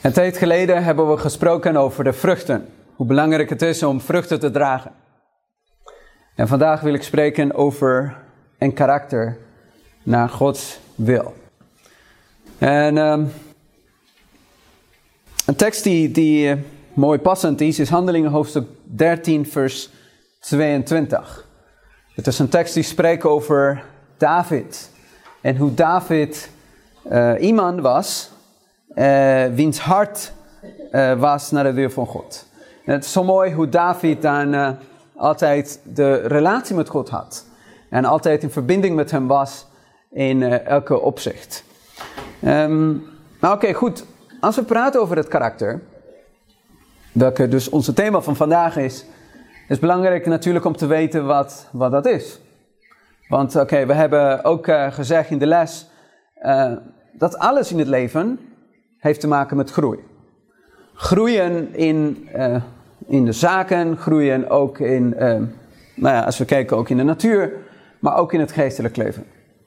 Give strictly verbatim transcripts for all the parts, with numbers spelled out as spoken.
Een tijd geleden hebben we gesproken over de vruchten. Hoe belangrijk het is om vruchten te dragen. En vandaag wil ik spreken over een karakter naar Gods wil. En um, een tekst die, die uh, mooi passend is, is Handelingen hoofdstuk dertien vers tweeëntwintig. Het is een tekst die spreekt over David. En hoe David uh, iemand was, uh, wiens hart uh, was naar de wil van God. En het is zo mooi hoe David dan uh, altijd de relatie met God had. En altijd in verbinding met hem was in uh, elke opzicht. Um, maar oké, okay, goed. Als we praten over het karakter, welke dus onze thema van vandaag is, is het belangrijk natuurlijk om te weten wat, wat dat is. Want oké, okay, we hebben ook uh, gezegd in de les uh, dat alles in het leven heeft te maken met groei. Groeien in, uh, in de zaken, groeien ook in, uh, nou ja, als we kijken ook in de natuur, maar ook in het geestelijk leven.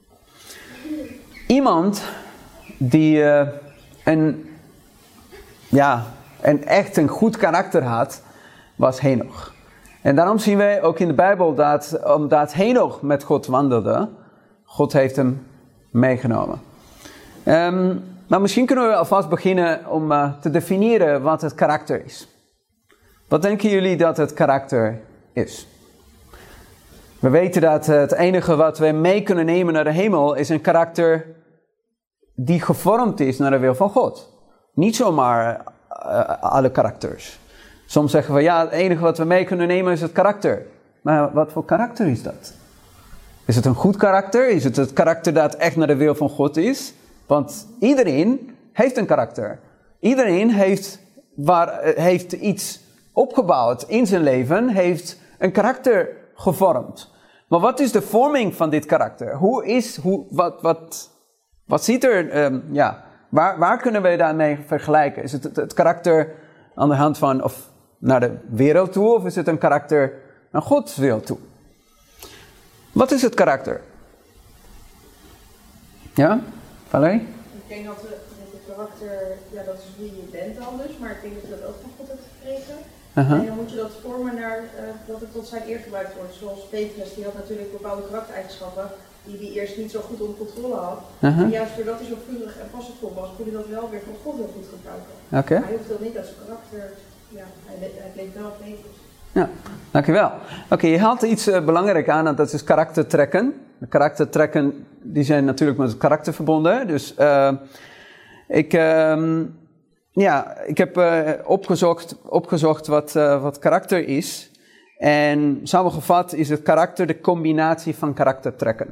Iemand die uh, een, ja, een echt een goed karakter had, was Henoch. En daarom zien wij ook in de Bijbel dat, omdat Henoch met God wandelde, God heeft hem meegenomen. Um, maar misschien kunnen we alvast beginnen om uh, te definiëren wat het karakter is. Wat denken jullie dat het karakter is? We weten dat het enige wat wij mee kunnen nemen naar de hemel is een karakter die gevormd is naar de wil van God. Niet zomaar uh, alle karakters. Soms zeggen we, ja, het enige wat we mee kunnen nemen is het karakter. Maar wat voor karakter is dat? Is het een goed karakter? Is het het karakter dat echt naar de wil van God is? Want iedereen heeft een karakter. Iedereen heeft, waar, heeft iets opgebouwd in zijn leven, heeft een karakter gevormd. Maar wat is de vorming van dit karakter? Hoe is, hoe, wat, wat, wat ziet er, um, ja, waar, waar kunnen we daarmee vergelijken? Is het het, het karakter aan de hand van, of naar de wereld toe, of is het een karakter naar Gods wil toe? Wat is het karakter? Ja, Valerie? Ik denk dat het karakter, ja, dat is wie je bent dan dus, maar ik denk dat je dat ook van God hebt gekregen. Uh-huh. En dan moet je dat vormen naar, uh, dat het tot zijn eer gebruikt wordt. Zoals Petrus, die had natuurlijk bepaalde karaktereigenschappen die hij eerst niet zo goed onder controle had. Uh-huh. En juist doordat hij zo vurig en passenvol was, kon hij dat wel weer van God heel goed gebruiken. Okay. Maar hij hoeft dat niet als karakter, ja, hij, hij bleef wel op Petrus. Ja, dankjewel. Oké, okay, je haalt iets uh, belangrijk aan, en dat is karaktertrekken. De karaktertrekken, die zijn natuurlijk met het karakter verbonden. Dus uh, ik, uh, ja, ik heb uh, opgezocht, opgezocht wat, uh, wat karakter is. En samengevat is het karakter de combinatie van karaktertrekken.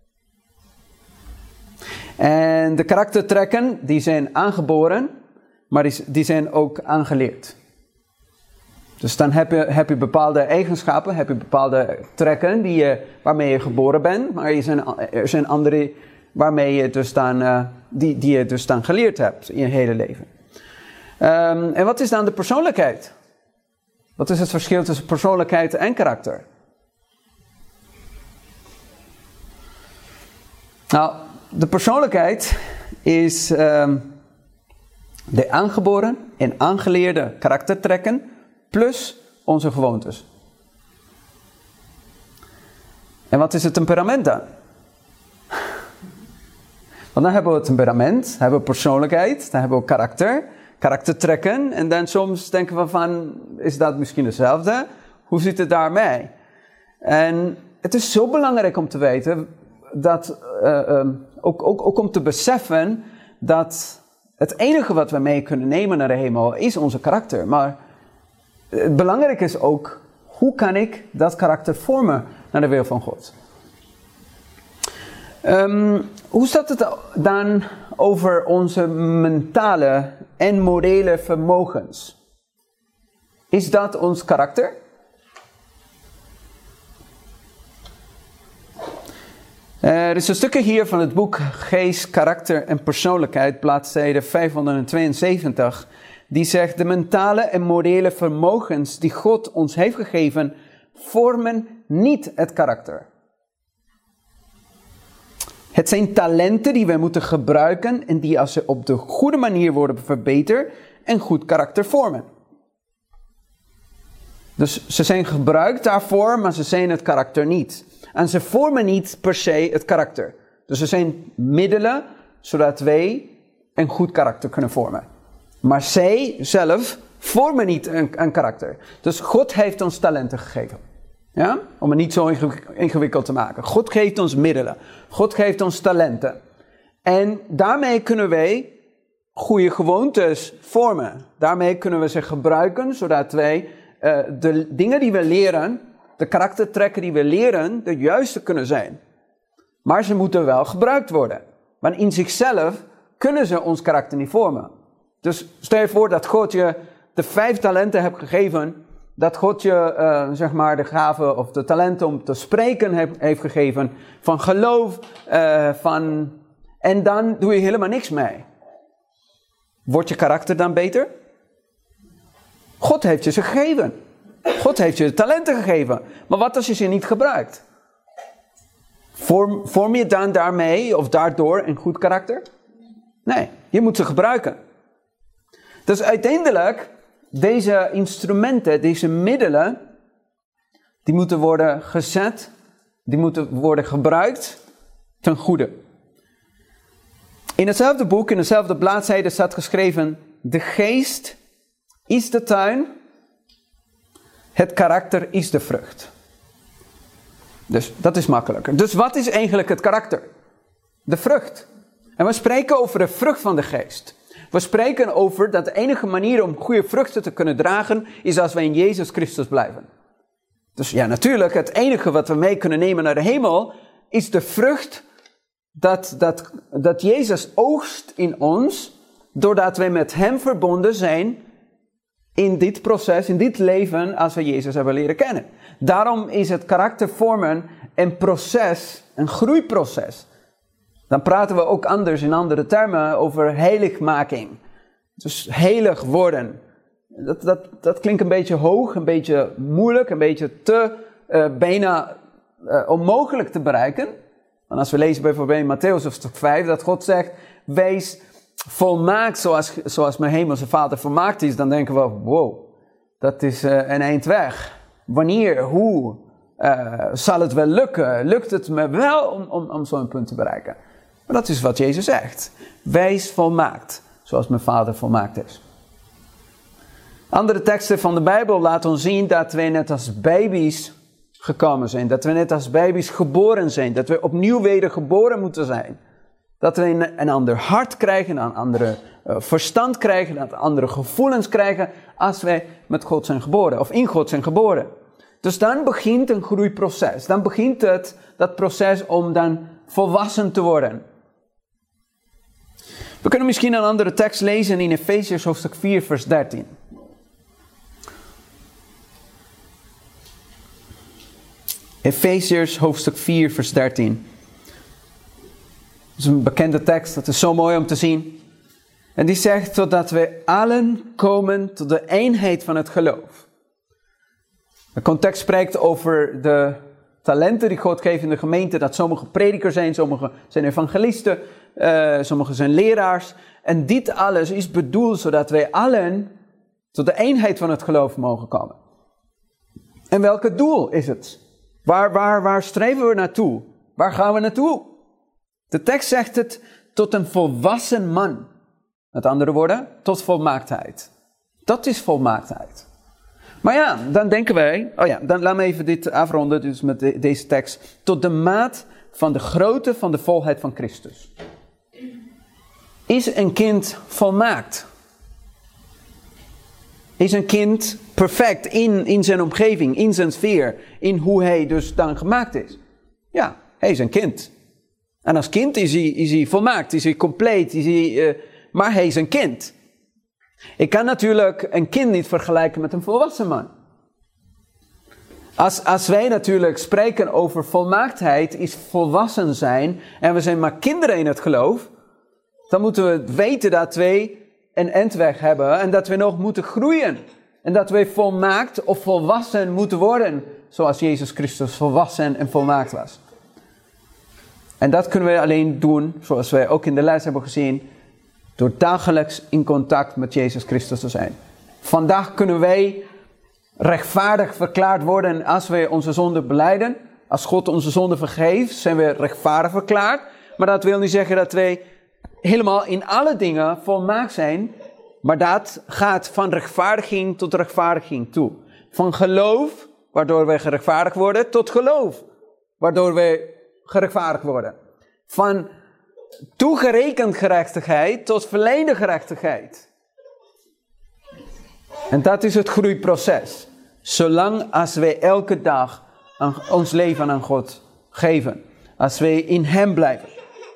En de karaktertrekken, die zijn aangeboren, maar die, die zijn ook aangeleerd. Dus dan heb je, heb je bepaalde eigenschappen, heb je bepaalde trekken die je, waarmee je geboren bent. Maar er zijn, er zijn andere waarmee je dus dan, uh, die, die je dus dan geleerd hebt in je hele leven. Um, en wat is dan de persoonlijkheid? Wat is het verschil tussen persoonlijkheid en karakter? Nou, de persoonlijkheid is um, de aangeboren en aangeleerde karaktertrekken plus onze gewoontes. En wat is het temperament dan? Want dan hebben we het temperament, hebben we persoonlijkheid, dan hebben we karakter, karaktertrekken. En dan soms denken we van, is dat misschien hetzelfde? Hoe zit het daarmee? En het is zo belangrijk om te weten, dat, uh, um, ook, ook, ook om te beseffen dat het enige wat we mee kunnen nemen naar de hemel is onze karakter. Maar het belangrijke is ook, hoe kan ik dat karakter vormen naar de wil van God? Um, hoe staat het dan over onze mentale en morele vermogens? Is dat ons karakter? Er is een stukje hier van het boek Geest, Karakter en Persoonlijkheid, bladzijde vijfhonderdtweeënzeventig. Die zegt, de mentale en morele vermogens die God ons heeft gegeven, vormen niet het karakter. Het zijn talenten die wij moeten gebruiken en die als ze op de goede manier worden verbeterd en goed karakter vormen. Dus ze zijn gebruikt daarvoor, maar ze zijn het karakter niet. En ze vormen niet per se het karakter. Dus ze zijn middelen, zodat wij een goed karakter kunnen vormen. Maar zij zelf vormen niet een, een karakter. Dus God heeft ons talenten gegeven. Ja? Om het niet zo ingewikkeld te maken. God geeft ons middelen. God geeft ons talenten. En daarmee kunnen wij goede gewoontes vormen. Daarmee kunnen we ze gebruiken, zodat wij uh, de dingen die we leren, de karaktertrekken die we leren, de juiste kunnen zijn. Maar ze moeten wel gebruikt worden. Want in zichzelf kunnen ze ons karakter niet vormen. Dus stel je voor dat God je de vijf talenten hebt gegeven. Dat God je uh, zeg maar de gave of de talenten om te spreken heb, heeft gegeven. Van geloof. Uh, van, en dan doe je helemaal niks mee. Wordt je karakter dan beter? God heeft je ze gegeven. God heeft je de talenten gegeven. Maar wat als je ze niet gebruikt? Vorm, vorm je dan daarmee of daardoor een goed karakter? Nee, je moet ze gebruiken. Dus uiteindelijk, deze instrumenten, deze middelen, die moeten worden gezet, die moeten worden gebruikt ten goede. In hetzelfde boek, in dezelfde bladzijde staat geschreven, de geest is de tuin, het karakter is de vrucht. Dus dat is makkelijker. Dus wat is eigenlijk het karakter? De vrucht. En we spreken over de vrucht van de geest. We spreken over dat de enige manier om goede vruchten te kunnen dragen, is als wij in Jezus Christus blijven. Dus ja, natuurlijk, het enige wat we mee kunnen nemen naar de hemel, is de vrucht dat, dat, dat Jezus oogst in ons, doordat wij met hem verbonden zijn in dit proces, in dit leven, als we Jezus hebben leren kennen. Daarom is het karaktervormen een proces, een groeiproces. Dan praten we ook anders in andere termen over heiligmaking. Dus heilig worden. Dat, dat, dat klinkt een beetje hoog, een beetje moeilijk, een beetje te uh, bijna uh, onmogelijk te bereiken. Want als we lezen bijvoorbeeld in Mattheüs hoofdstuk vijf, dat God zegt, wees volmaakt zoals, zoals mijn hemelse Vader volmaakt is, dan denken we, wow, dat is uh, een eind weg. Wanneer, hoe, uh, zal het wel lukken? Lukt het me wel om, om, om zo'n punt te bereiken? Maar dat is wat Jezus zegt. Wees volmaakt, zoals mijn Vader volmaakt is. Andere teksten van de Bijbel laten ons zien dat wij net als baby's gekomen zijn. Dat we net als baby's geboren zijn. Dat we opnieuw wedergeboren moeten zijn. Dat we een, een ander hart krijgen, een andere uh, verstand krijgen, een andere gevoelens krijgen als wij met God zijn geboren of in God zijn geboren. Dus dan begint een groeiproces. Dan begint het, dat proces om dan volwassen te worden. We kunnen misschien een andere tekst lezen in Efeziërs hoofdstuk vier vers dertien. Efeziërs hoofdstuk vier vers dertien. Dat is een bekende tekst, dat is zo mooi om te zien. En die zegt, totdat wij allen komen tot de eenheid van het geloof. De context spreekt over de talenten die God geeft in de gemeente. Dat sommige predikers zijn, sommige zijn evangelisten, uh, sommige zijn leraars. En dit alles is bedoeld zodat wij allen tot de eenheid van het geloof mogen komen. En welk doel is het? Waar, waar, waar streven we naartoe? Waar gaan we naartoe? De tekst zegt het tot een volwassen man. Met andere woorden, tot volmaaktheid. Dat is volmaaktheid. Maar ja, dan denken wij, oh ja, dan laat me even dit afronden, dus met de, deze tekst. Tot de maat van de grootte van de volheid van Christus. Is een kind volmaakt? Is een kind perfect in, in zijn omgeving, in zijn sfeer, in hoe hij dus dan gemaakt is? Ja, hij is een kind. En als kind is hij, is hij volmaakt, is hij compleet, is hij, uh, maar hij is een kind. Ik kan natuurlijk een kind niet vergelijken met een volwassen man. Als, als wij natuurlijk spreken over volmaaktheid, is volwassen zijn, en we zijn maar kinderen in het geloof, dan moeten we weten dat wij een eindweg hebben en dat we nog moeten groeien. En dat wij volmaakt of volwassen moeten worden, zoals Jezus Christus volwassen en volmaakt was. En dat kunnen we alleen doen, zoals wij ook in de les hebben gezien, Door dagelijks in contact met Jezus Christus te zijn. Vandaag kunnen wij rechtvaardig verklaard worden als wij onze zonde belijden. Als God onze zonde vergeeft, zijn we rechtvaardig verklaard. Maar dat wil niet zeggen dat wij helemaal in alle dingen volmaakt zijn. Maar dat gaat van rechtvaardiging tot rechtvaardiging toe. Van geloof, waardoor wij gerechtvaardigd worden, tot geloof, waardoor wij gerechtvaardigd worden. Van toegerekend gerechtigheid tot verleende gerechtigheid. En dat is het groeiproces. Zolang als wij elke dag aan ons leven aan God geven. Als wij in Hem blijven.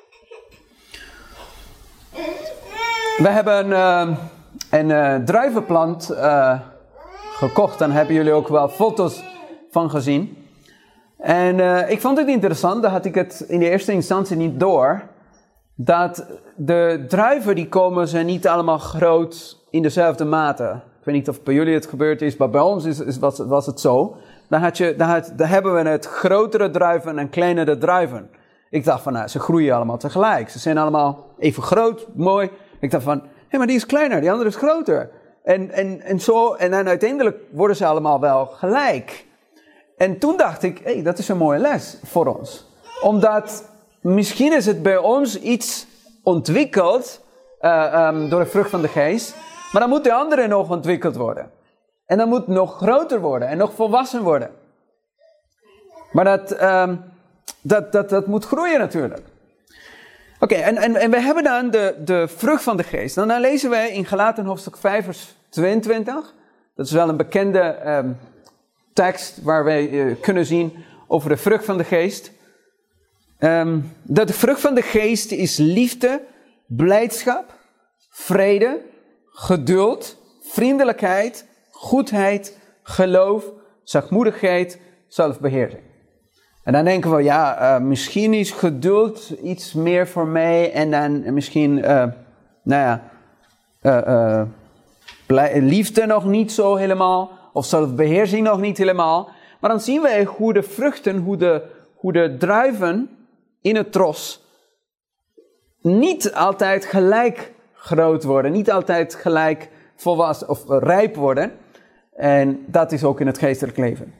We hebben uh, een uh, druivenplant uh, gekocht. Daar hebben jullie ook wel foto's van gezien. En uh, ik vond het interessant. Daar had ik het in de eerste instantie niet door. Dat de druiven die komen zijn niet allemaal groot in dezelfde mate. Ik weet niet of bij jullie het gebeurd is, maar bij ons is, is, was, was het zo. Dan, had je, dan, had, dan hebben we het grotere druiven en kleinere druiven. Ik dacht van, nou, ze groeien allemaal tegelijk. Ze zijn allemaal even groot, mooi. Ik dacht van, hé, hey, maar die is kleiner, die andere is groter. En, en, en zo, en dan uiteindelijk worden ze allemaal wel gelijk. En toen dacht ik, hé, hey, dat is een mooie les voor ons. Omdat, misschien is het bij ons iets ontwikkeld uh, um, door de vrucht van de geest. Maar dan moet de andere nog ontwikkeld worden. En dan moet het nog groter worden en nog volwassen worden. Maar dat, um, dat, dat, dat moet groeien natuurlijk. Oké, okay, en, en, en we hebben dan de, de vrucht van de geest. Dan, dan lezen wij in Galaten hoofdstuk vijf vers tweeëntwintig. Dat is wel een bekende um, tekst waar wij uh, kunnen zien over de vrucht van de geest. Um, dat de vrucht van de geest is liefde, blijdschap, vrede, geduld, vriendelijkheid, goedheid, geloof, zachtmoedigheid, zelfbeheersing. En dan denken we, ja, uh, misschien is geduld iets meer voor mij. En dan misschien, uh, nou ja, uh, uh, blij, liefde nog niet zo helemaal. Of zelfbeheersing nog niet helemaal. Maar dan zien we hoe de vruchten, hoe de, hoe de druiven in het tros niet altijd gelijk groot worden. Niet altijd gelijk volwassen of rijp worden. En dat is ook in het geestelijk leven.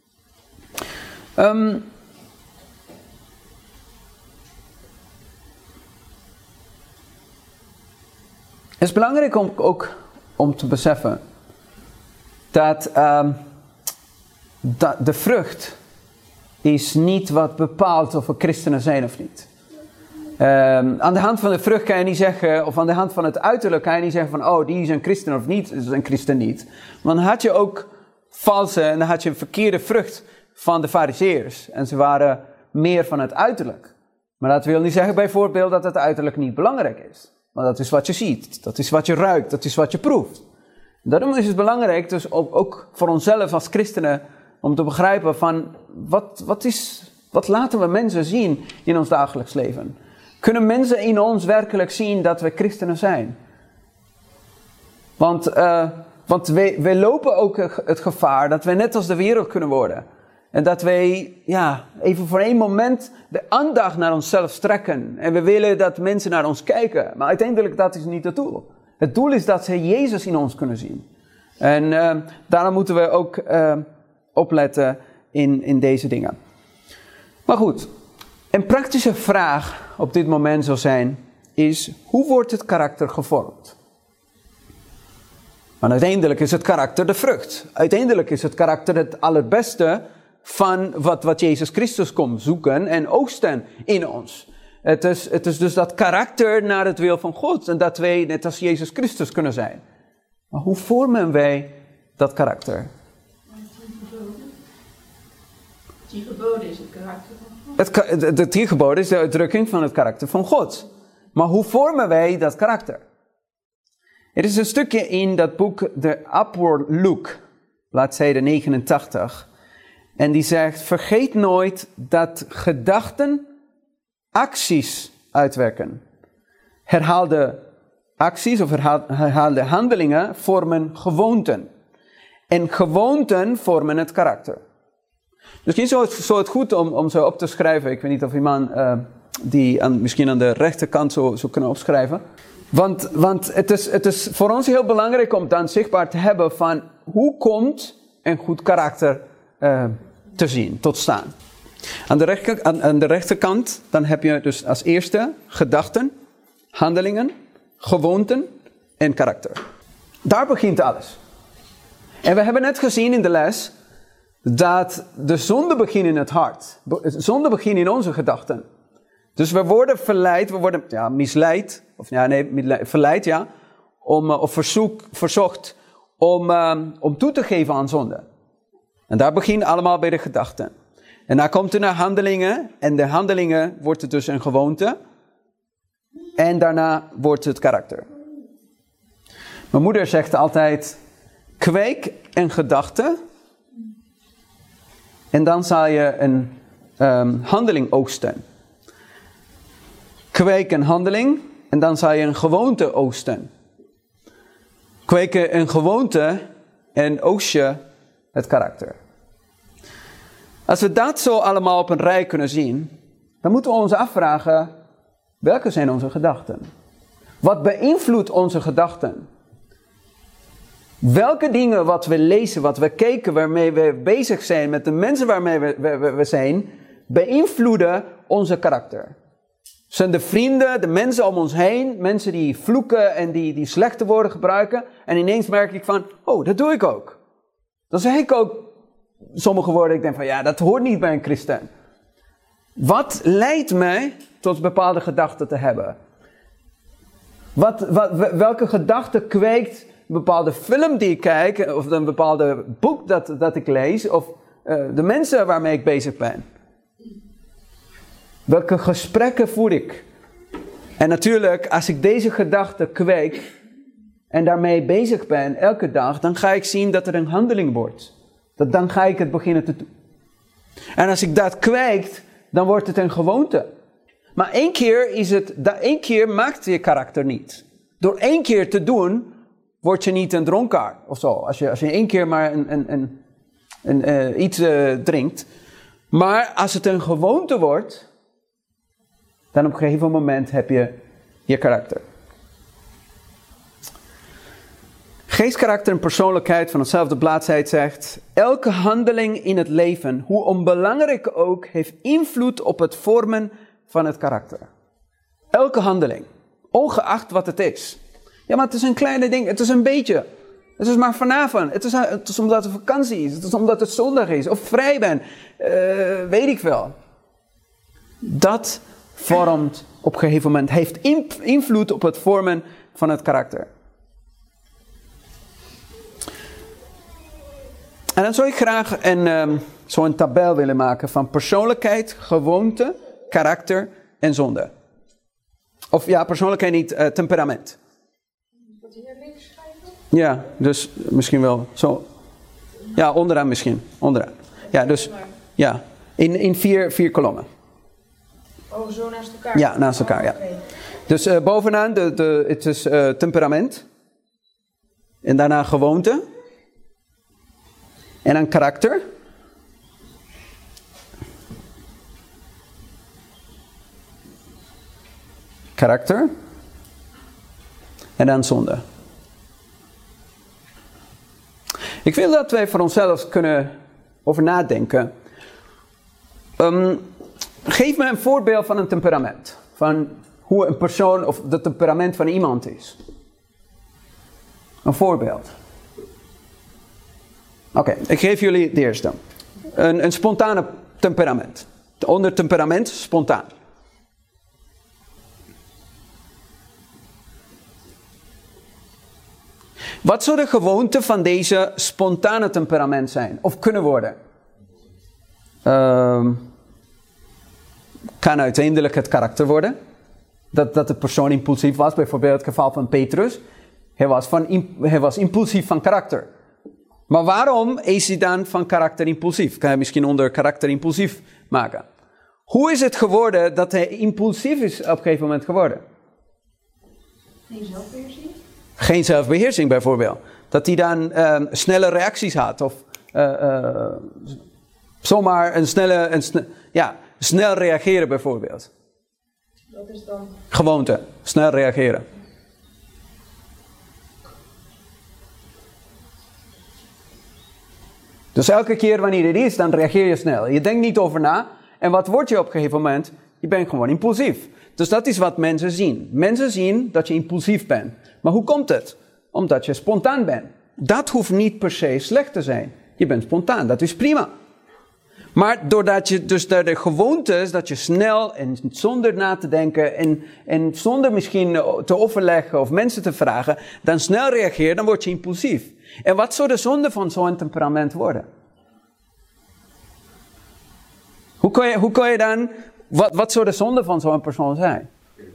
Um, het is belangrijk om ook om te beseffen dat, um, dat de vrucht is niet wat bepaalt of we christenen zijn of niet. Um, aan de hand van de vrucht kan je niet zeggen, of aan de hand van het uiterlijk kan je niet zeggen van, oh, die is een christen of niet, is een christen niet. Want dan had je ook valse, en dan had je een verkeerde vrucht van de farizeeërs. En ze waren meer van het uiterlijk. Maar dat wil niet zeggen bijvoorbeeld dat het uiterlijk niet belangrijk is. Maar dat is wat je ziet, dat is wat je ruikt, dat is wat je proeft. Daarom is het belangrijk, dus ook, ook voor onszelf als christenen, om te begrijpen van, wat, wat, is, wat laten we mensen zien in ons dagelijks leven? Kunnen mensen in ons werkelijk zien dat we christenen zijn? Want, uh, want wij, wij lopen ook het gevaar dat we net als de wereld kunnen worden. En dat wij ja, even voor één moment de aandacht naar onszelf strekken. En we willen dat mensen naar ons kijken. Maar uiteindelijk dat is niet het doel. Het doel is dat ze Jezus in ons kunnen zien. En uh, daarom moeten we ook uh, opletten in, in deze dingen. Maar goed, een praktische vraag op dit moment zou zijn, is hoe wordt het karakter gevormd? Want uiteindelijk is het karakter de vrucht. Uiteindelijk is het karakter het allerbeste van wat, wat Jezus Christus komt zoeken en oogsten in ons. Het is, het is dus dat karakter naar het wil van God. En dat wij net als Jezus Christus kunnen zijn. Maar hoe vormen wij dat karakter? Die geboden is het karakter van God. Het, het, het tien geboden is de uitdrukking van het karakter van God. Maar hoe vormen wij dat karakter? Er is een stukje in dat boek The Upward Look, bladzijde negenentachtig. En die zegt, vergeet nooit dat gedachten acties uitwerken. Herhaalde acties of herhaalde handelingen vormen gewoonten. En gewoonten vormen het karakter. Misschien zou het, zou het goed om, om zo op te schrijven. Ik weet niet of iemand uh, die aan, misschien aan de rechterkant zou, zou kunnen opschrijven. Want, want het, is, het is voor ons heel belangrijk om dan zichtbaar te hebben van hoe komt een goed karakter uh, te zien, tot staan. Aan de, rechter, aan, aan de rechterkant dan heb je dus als eerste gedachten, handelingen, gewoonten en karakter. Daar begint alles. En we hebben net gezien in de les dat de zonde begint in het hart. Zonde begint in onze gedachten. Dus we worden verleid, we worden ja, misleid, of ja, nee, verleid, ja, om, of verzoek, verzocht om, um, om toe te geven aan zonde. En daar begint allemaal bij de gedachten. En dan komt er naar handelingen, en de handelingen wordt het dus een gewoonte. En daarna wordt het karakter. Mijn moeder zegt altijd, kweek een gedachte, en dan zal je een um, handeling oogsten. Kweek een handeling en dan zal je een gewoonte oogsten. Kweken een gewoonte en oogst je het karakter. Als we dat zo allemaal op een rij kunnen zien, dan moeten we ons afvragen, welke zijn onze gedachten? Wat beïnvloedt onze gedachten? Welke dingen wat we lezen, wat we kijken, waarmee we bezig zijn, met de mensen waarmee we, we, we zijn, beïnvloeden onze karakter? Zijn de vrienden, de mensen om ons heen, mensen die vloeken en die, die slechte woorden gebruiken. En ineens merk ik van, oh, dat doe ik ook. Dan zeg ik ook sommige woorden, ik denk van, ja, dat hoort niet bij een christen. Wat leidt mij tot bepaalde gedachten te hebben? Wat, wat, welke gedachte kweekt een bepaalde film die ik kijk, of een bepaalde boek dat, dat ik lees, of uh, de mensen waarmee ik bezig ben? Welke gesprekken voer ik? En natuurlijk, als ik deze gedachte kweek en daarmee bezig ben elke dag, dan ga ik zien dat er een handeling wordt. Dat dan ga ik het beginnen te doen. En als ik dat kweek, dan wordt het een gewoonte. Maar één keer, is het, dat één keer maakt je karakter niet. Door één keer te doen, word je niet een dronkaard of zo. Als je, als je één keer maar een, een, een, een, uh, iets uh, drinkt. Maar als het een gewoonte wordt, dan op een gegeven moment heb je je karakter. Geest, karakter en persoonlijkheid van hetzelfde bladzijde zegt, elke handeling in het leven, hoe onbelangrijk ook, heeft invloed op het vormen van het karakter. Elke handeling, ongeacht wat het is. Ja, maar het is een kleine ding, het is een beetje. Het is maar vanavond, het is, het is omdat het vakantie is, het is omdat het zondag is, of vrij ben, uh, weet ik wel. Dat vormt op een gegeven moment, heeft invloed op het vormen van het karakter. En dan zou ik graag een, um, zo'n tabel willen maken van persoonlijkheid, gewoonte, karakter en zonde. Of ja, persoonlijkheid niet, uh, temperament. Wat hier links schrijven? Ja, dus misschien wel zo. Ja, onderaan misschien. Onderaan. Ja, dus ja, in, in vier, vier kolommen. Oh, zo naast elkaar? Ja, naast elkaar, ja. Okay. Dus uh, bovenaan, de, de, het is uh, temperament. En daarna gewoonte. En dan karakter. Karakter. En dan zonde. Ik wil dat wij voor onszelf kunnen over nadenken. Um, geef me een voorbeeld van een temperament. Van hoe een persoon of het temperament van iemand is. Een voorbeeld. Oké, okay, ik geef jullie het eerste. Een, een spontane temperament. Onder temperament, spontaan. Wat zou de gewoonte van deze spontane temperament zijn? Of kunnen worden? Uh, kan uiteindelijk het karakter worden. Dat, dat de persoon impulsief was. Bijvoorbeeld het geval van Petrus. Hij was, van, hij was impulsief van karakter. Maar waarom is hij dan van karakter impulsief? Kan je misschien onder karakter impulsief maken. Hoe is het geworden dat hij impulsief is op een gegeven moment geworden? Geen zelfbeheersing? Geen zelfbeheersing bijvoorbeeld. Dat hij dan uh, snelle reacties had. Of uh, uh, zomaar een snelle, een sne- ja, snel reageren bijvoorbeeld. Dat is dan? Gewoonte. Snel reageren. Dus elke keer wanneer het is, dan reageer je snel. Je denkt niet over na. En wat word je op een gegeven moment? Je bent gewoon impulsief. Dus dat is wat mensen zien. Mensen zien dat je impulsief bent. Maar hoe komt het? Omdat je spontaan bent. Dat hoeft niet per se slecht te zijn. Je bent spontaan, dat is prima. Maar doordat je dus de, de gewoonte is dat je snel en zonder na te denken en, en zonder misschien te overleggen of mensen te vragen, dan snel reageert, dan word je impulsief. En wat zou de zonde van zo'n temperament worden? Hoe kun je, hoe kun je dan, wat, wat zou de zonde van zo'n persoon zijn?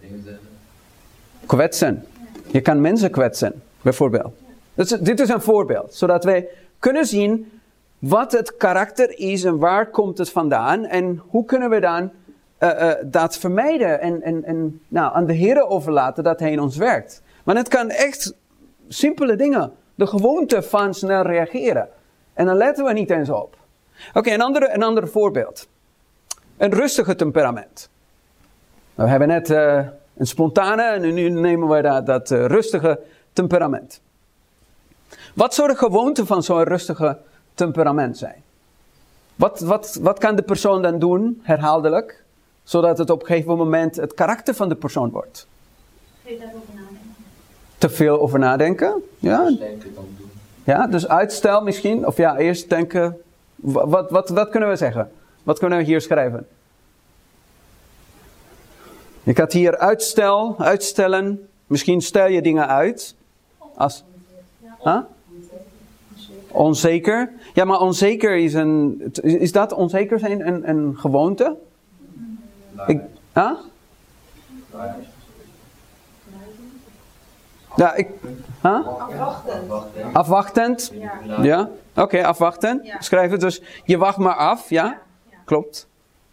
Kwetsen. Je kan mensen kwetsen, bijvoorbeeld. Dus, dit is een voorbeeld, zodat wij kunnen zien wat het karakter is en waar komt het vandaan en hoe kunnen we dan uh, uh, dat vermijden en, en, en nou, aan de Heer overlaten dat Hij in ons werkt. Maar het kan echt simpele dingen, de gewoonte van snel reageren. En dan letten we niet eens op. Oké, okay, een, andere, een ander voorbeeld. Een rustige temperament. We hebben net uh, een spontane en nu nemen we dat, dat uh, rustige temperament. Wat zou de gewoonte van zo'n rustige temperament zijn? Wat, wat, wat kan de persoon dan doen, herhaaldelijk, zodat het op een gegeven moment het karakter van de persoon wordt? Veel daarover nadenken. Te veel over nadenken? Ja. Dus denken dan doen. Ja, dus uitstel misschien, of ja, eerst denken. Wat, wat, wat kunnen we zeggen? Wat kunnen we hier schrijven? Ik had hier uitstel, uitstellen. Misschien stel je dingen uit. Als, huh? Onzeker. Ja, maar onzeker is een... Is dat onzeker zijn een, een gewoonte? Ik, huh? Ja, ik... Huh? Afwachtend. Afwachtend? Ja. Ja? Oké, okay, afwachten. Ja. Schrijf het dus. Je wacht maar af, ja? Ja, ja. Klopt.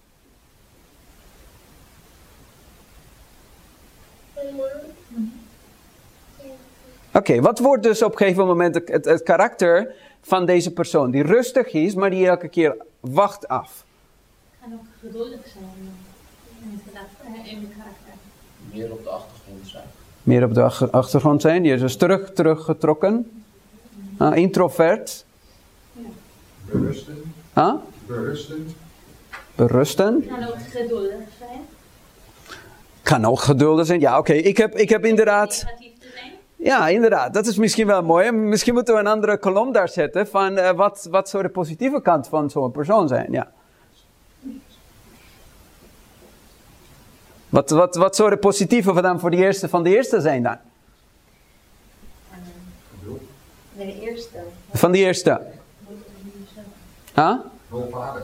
Oké, okay, wat wordt dus op een gegeven moment het, het, het karakter van deze persoon? Die rustig is, maar die elke keer wacht af. En ook geduldig zijn in het, in het karakter. Meer op de achtergrond zijn. Meer op de ach- achtergrond zijn. Die is dus terug, teruggetrokken. Uh, introvert. Berusten. Huh? Berusten. Berusten. En ook geduldig zijn. Kan ook geduldig zijn. Ja, oké. Okay. Ik, heb, ik heb inderdaad... Negatief te zijn. Ja, inderdaad. Dat is misschien wel mooi. Misschien moeten we een andere kolom daar zetten van uh, wat, wat zou de positieve kant van zo'n persoon zijn. Ja. Wat, wat, wat zou de positieve van, dan voor de eerste, van de eerste zijn dan? Nee, de eerste. Van de eerste. Huh? Hulpvaardig.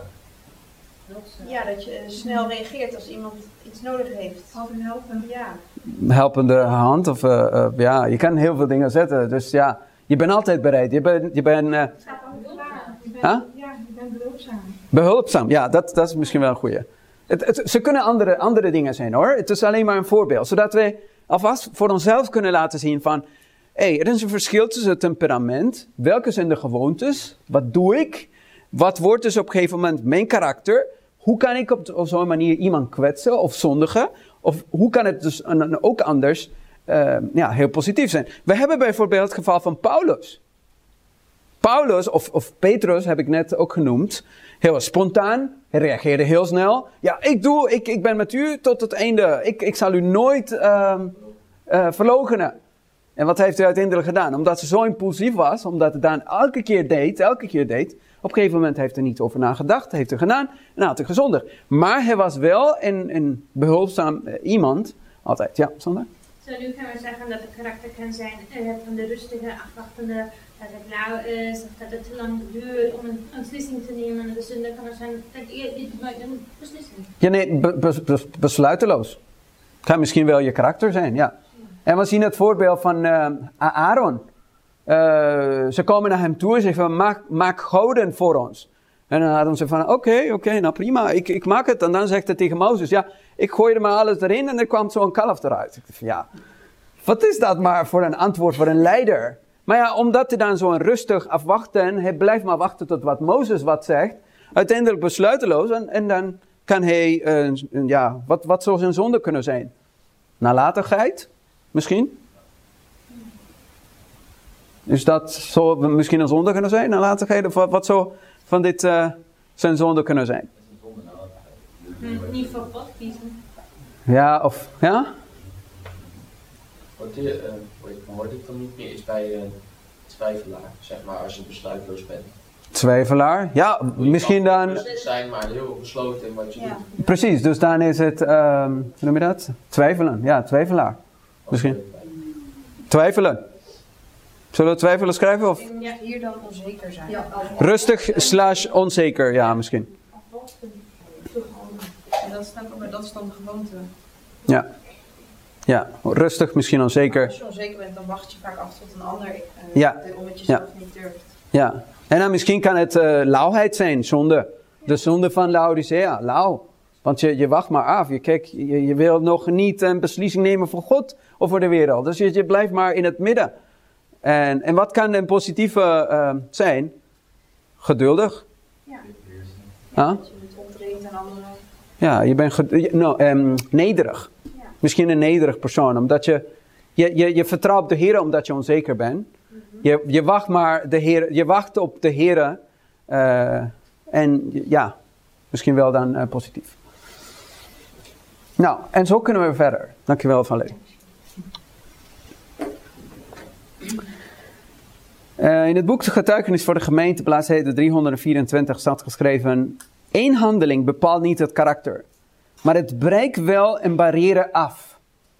Ja, dat je snel reageert als iemand iets nodig heeft. Altijd helpen. Ja. Helpende hand. Of, uh, uh, ja, je kan heel veel dingen zetten. Dus ja, je bent altijd bereid. Je bent... Je bent uh, huh? Ja, je bent behulpzaam. Behulpzaam. Ja, dat, dat is misschien wel een goeie. Het, het, ze kunnen andere, andere dingen zijn hoor. Het is alleen maar een voorbeeld. Zodat wij alvast voor onszelf kunnen laten zien van... Hé, hey, er is een verschil tussen het temperament. Welke zijn de gewoontes? Wat doe ik? Wat wordt dus op een gegeven moment mijn karakter? Hoe kan ik op, op zo'n manier iemand kwetsen of zondigen? Of hoe kan het dus een, ook anders uh, ja, heel positief zijn? We hebben bijvoorbeeld het geval van Paulus. Paulus, of, of Petrus heb ik net ook genoemd. Heel spontaan. Hij reageerde heel snel. Ja, ik doe, ik, ik ben met u tot het einde. Ik, ik zal u nooit uh, uh, verloochenen. En wat heeft hij uiteindelijk gedaan? Omdat ze zo impulsief was, omdat hij dan elke keer deed, elke keer deed. Op een gegeven moment heeft hij niet over nagedacht, heeft hij gedaan en had hij gezondigd. Maar hij was wel een, een behulpzaam uh, iemand. Altijd, ja, Sander? Zo, nu kunnen we zeggen dat het karakter kan zijn uh, van de rustige, afwachtende, dat het lauw is, of dat het te lang duurt om een, een beslissing te nemen. Dus dan kan er zijn dat je dit maakt een beslissing. Ja, nee, be, be, be, besluiteloos. Kan misschien wel je karakter zijn, ja. En we zien het voorbeeld van uh, Aaron. Uh, ze komen naar hem toe en zeggen van, maak, maak goden voor ons. En dan hadden ze van, oké, okay, oké, okay, nou prima, ik, ik maak het. En dan zegt hij tegen Mozes, ja, ik gooi er maar alles erin en er kwam zo'n kalf eruit. Ik dacht van, ja, wat is dat maar voor een antwoord voor een leider? Maar ja, omdat hij dan zo'n rustig afwachten, hij blijft maar wachten tot wat Mozes wat zegt. Uiteindelijk besluiteloos en, en dan kan hij, uh, ja, wat, wat zou zijn zonde kunnen zijn? Nalatigheid, misschien? Is dat zo misschien een zonde kunnen zijn, nalatigheid? Of wat, wat zou van dit uh, zijn zonde kunnen zijn? Hm, niet voor God kiezen. Ja, of... Ja? Wordt, je, uh, wordt het dan niet meer eens bij een uh, twijfelaar, zeg maar, als je besluitloos bent? Twijfelaar? Ja, je misschien dan... rustig zijn, maar heel besloten in wat je ja. doet. Precies, dus dan is het... Um, hoe noem je dat? Twijfelen. Ja, twijfelaar. Misschien. Twijfelen. Zullen we twijfelen schrijven? Of? Ja, hier dan onzeker zijn. Ja, rustig slash onzeker, ja, misschien. En dat is dan, dat is dan de gewoonte. Ja. Ja, rustig, misschien onzeker. Als je onzeker bent, dan wacht je vaak af tot een ander uh, ja. omdat je zelf ja. niet durft. Ja, en dan misschien kan het uh, lauwheid zijn, zonde. De zonde van Laodicea, lauw. Want je, je wacht maar af. Je, kijk, je, je wil nog niet een beslissing nemen voor God of voor de wereld. Dus je, je blijft maar in het midden. En, en wat kan een positieve uh, zijn? Geduldig. Ja. Huh? Dat je niet opdringt aan anderen. Ja, je bent ged- no, um, nederig. Ja. Misschien een nederig persoon. Omdat je, je, je, je vertrouwt op de Heer omdat je onzeker bent. Mm-hmm. Je, je wacht maar de Heer, je wacht op de Heer. Uh, en ja, misschien wel dan uh, positief. Nou, en zo kunnen we verder. Dankjewel, Van Lee. Uh, in het boek De Getuigenis voor de Gemeente, bladzijde driehonderdvierentwintig, staat geschreven: Eén handeling bepaalt niet het karakter, maar het breekt wel een barrière af.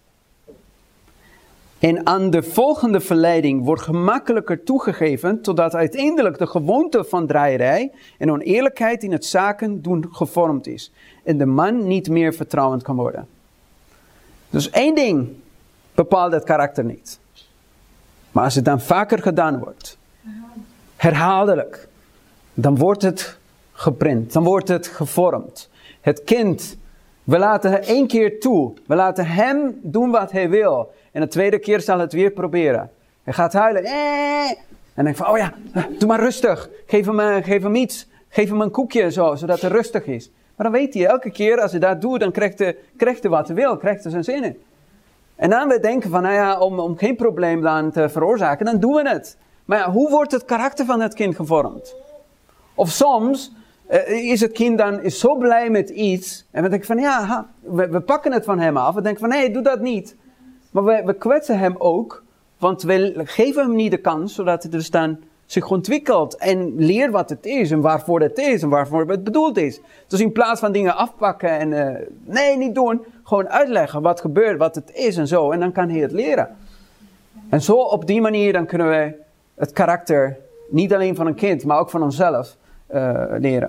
En aan de volgende verleiding wordt gemakkelijker toegegeven, totdat uiteindelijk de gewoonte van draaierij en oneerlijkheid in het zaken doen gevormd is. En de man niet meer vertrouwend kan worden. Dus één ding bepaalt het karakter niet. Maar als het dan vaker gedaan wordt, herhaaldelijk, dan wordt het geprint, dan wordt het gevormd. Het kind, we laten hem één keer toe, we laten hem doen wat hij wil. En de tweede keer zal het weer proberen. Hij gaat huilen. Eh! En dan denk ik van, oh ja, doe maar rustig. Geef hem, uh, geef hem iets. Geef hem een koekje, zo, zodat hij rustig is. Maar dan weet hij, elke keer als hij dat doet, dan krijgt hij, krijgt hij wat hij wil. Krijgt hij zijn zin in. En dan we denken van, nou ja, om, om geen probleem dan te veroorzaken, dan doen we het. Maar ja, hoe wordt het karakter van het kind gevormd? Of soms uh, is het kind dan is zo blij met iets. En we denken van, ja, ha, we, we pakken het van hem af. We denken van, nee, doe dat niet. Maar we, we kwetsen hem ook, want we geven hem niet de kans, zodat hij dus dan zich ontwikkelt en leert wat het is en waarvoor het is en waarvoor het bedoeld is. Dus in plaats van dingen afpakken en uh, nee, niet doen, gewoon uitleggen wat gebeurt, wat het is en zo. En dan kan hij het leren. En zo op die manier dan kunnen wij het karakter, niet alleen van een kind, maar ook van onszelf uh, leren.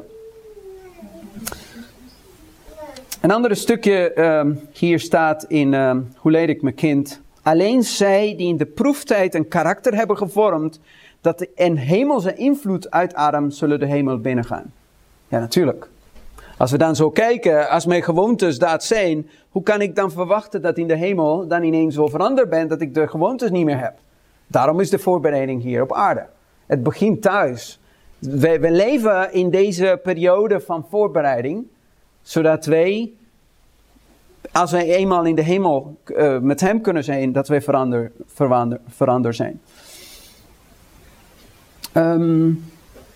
Een ander stukje um, hier staat in um, hoe leer ik mijn kind. Alleen zij die in de proeftijd een karakter hebben gevormd, dat een hemelse invloed uitademt, zullen de hemel binnengaan. Ja, natuurlijk. Als we dan zo kijken, als mijn gewoontes dat zijn, hoe kan ik dan verwachten dat in de hemel dan ineens zo veranderd ben, dat ik de gewoontes niet meer heb? Daarom is de voorbereiding hier op aarde. Het begint thuis. We, we leven in deze periode van voorbereiding, zodat wij, als wij eenmaal in de hemel uh, met hem kunnen zijn, dat wij verander, verander, verander zijn. Um,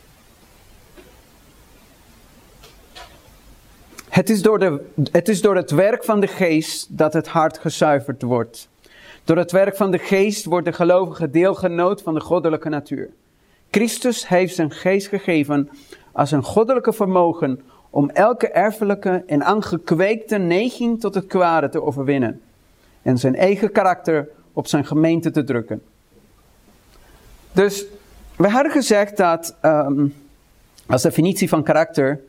het, is door de, het is door het werk van de geest dat het hart gezuiverd wordt. Door het werk van de geest wordt de gelovige deelgenoot van de goddelijke natuur. Christus heeft zijn geest gegeven als een goddelijke vermogen om elke erfelijke en aangekweekte neiging tot het kwade te overwinnen. En zijn eigen karakter op zijn gemeente te drukken. Dus we hadden gezegd dat, um, als definitie van karakter,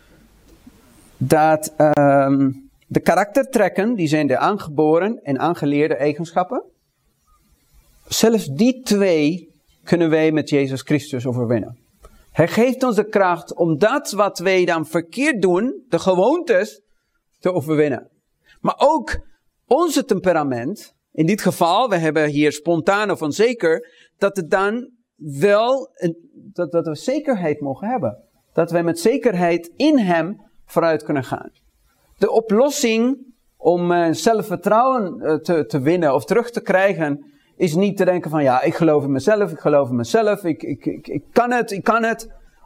dat um, de karaktertrekken, die zijn de aangeboren en aangeleerde eigenschappen. Zelfs die twee kunnen wij met Jezus Christus overwinnen. Hij geeft ons de kracht om dat wat wij dan verkeerd doen, de gewoontes, te overwinnen. Maar ook onze temperament, in dit geval, we hebben hier spontaan of onzeker, dat het dan wel, een, dat, dat we zekerheid mogen hebben. Dat wij met zekerheid in hem vooruit kunnen gaan. De oplossing om uh, zelfvertrouwen uh, te, te winnen of terug te krijgen, is niet te denken van ja, ik geloof in mezelf, ik geloof in mezelf, ik, ik, ik, ik kan het, ik kan het.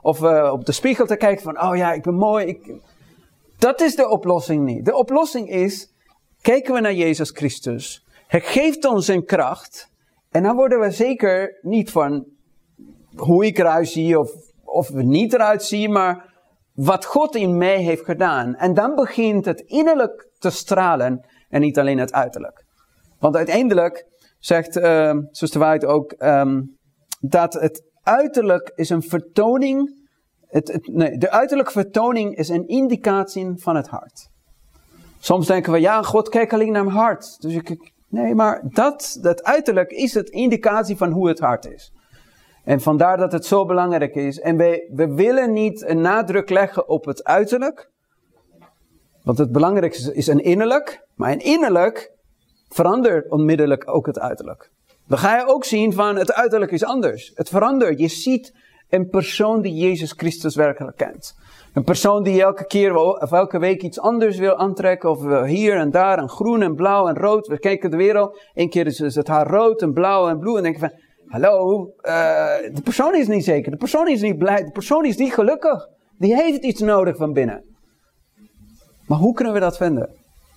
of uh, op de spiegel te kijken van, oh ja, ik ben mooi. Ik... Dat is de oplossing niet. De oplossing is, kijken we naar Jezus Christus. Hij geeft ons zijn kracht. En dan worden we zeker niet van hoe ik eruit zie of, of we niet eruit zien, maar wat God in mij heeft gedaan. En dan begint het innerlijk te stralen en niet alleen het uiterlijk. Want uiteindelijk zegt uh, zuster White ook um, dat het uiterlijk is een vertoning. Het, het, nee, de uiterlijke vertoning is een indicatie van het hart. Soms denken we, ja, God kijkt alleen naar mijn hart. Dus ik, nee, maar dat, dat uiterlijk is het indicatie van hoe het hart is. En vandaar dat het zo belangrijk is. En wij, we willen niet een nadruk leggen op het uiterlijk. Want het belangrijkste is een innerlijk. Maar een innerlijk verandert onmiddellijk ook het uiterlijk. Dan ga je ook zien van het uiterlijk is anders. Het verandert. Je ziet een persoon die Jezus Christus werkelijk kent. Een persoon die elke keer of elke week iets anders wil aantrekken. Of hier en daar, en groen en blauw en rood. We kijken de wereld. Eén keer is het haar rood en blauw en blauw. En denken van, hallo, uh, de persoon is niet zeker. De persoon is niet blij. De persoon is niet gelukkig. Die heeft iets nodig van binnen. Maar hoe kunnen we dat vinden?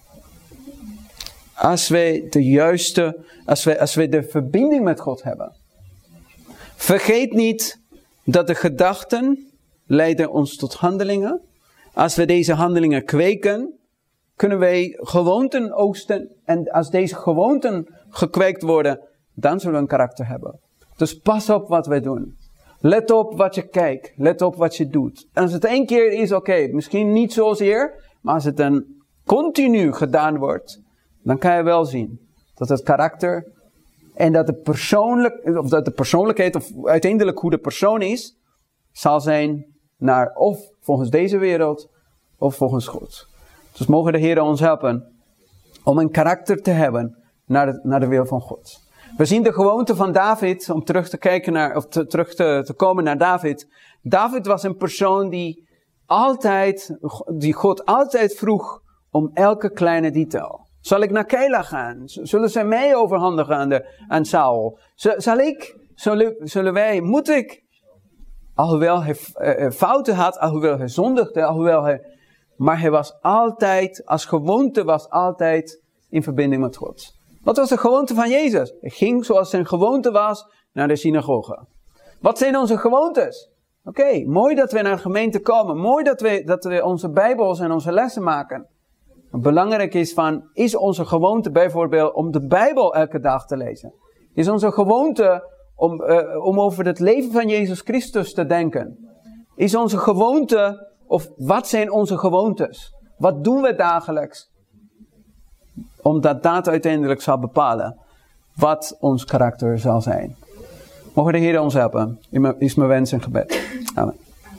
Als wij de juiste, als wij, als wij de verbinding met God hebben. Vergeet niet dat de gedachten leiden ons tot handelingen. Als we deze handelingen kweken, kunnen wij gewoonten oogsten. En als deze gewoonten gekweekt worden, dan zullen we een karakter hebben. Dus pas op wat wij doen. Let op wat je kijkt. Let op wat je doet. En als het één keer is, oké, okay, misschien niet zozeer. Maar als het dan continu gedaan wordt, dan kan je wel zien dat het karakter en dat de, persoonlijk, of dat de persoonlijkheid, of uiteindelijk hoe de persoon is, zal zijn naar of volgens deze wereld, of volgens God. Dus mogen de Heer ons helpen om een karakter te hebben naar de, naar de wil van God. We zien de gewoonte van David, om terug te kijken naar, of te, terug te, te komen naar David. David was een persoon die altijd, die God altijd vroeg om elke kleine detail. Zal ik naar Keila gaan? Zullen zij mij overhandigen aan, de, aan Saul? Zal ik, zullen, zullen wij, moet ik? Alhoewel hij uh, fouten had, alhoewel hij zondigde, alhoewel hij, maar hij was altijd, als gewoonte was altijd in verbinding met God. Wat was de gewoonte van Jezus? Hij ging zoals zijn gewoonte was naar de synagoge. Wat zijn onze gewoontes? Oké, okay, mooi dat we naar de gemeente komen. Mooi dat we, dat we onze Bijbels en onze lessen maken. Belangrijk is van, is onze gewoonte bijvoorbeeld om de Bijbel elke dag te lezen? Is onze gewoonte om, uh, om over het leven van Jezus Christus te denken? Is onze gewoonte, of wat zijn onze gewoontes? Wat doen we dagelijks? Omdat dat uiteindelijk zal bepalen wat ons karakter zal zijn. Mogen de Heer ons helpen? Is mijn wens en gebed. Amen.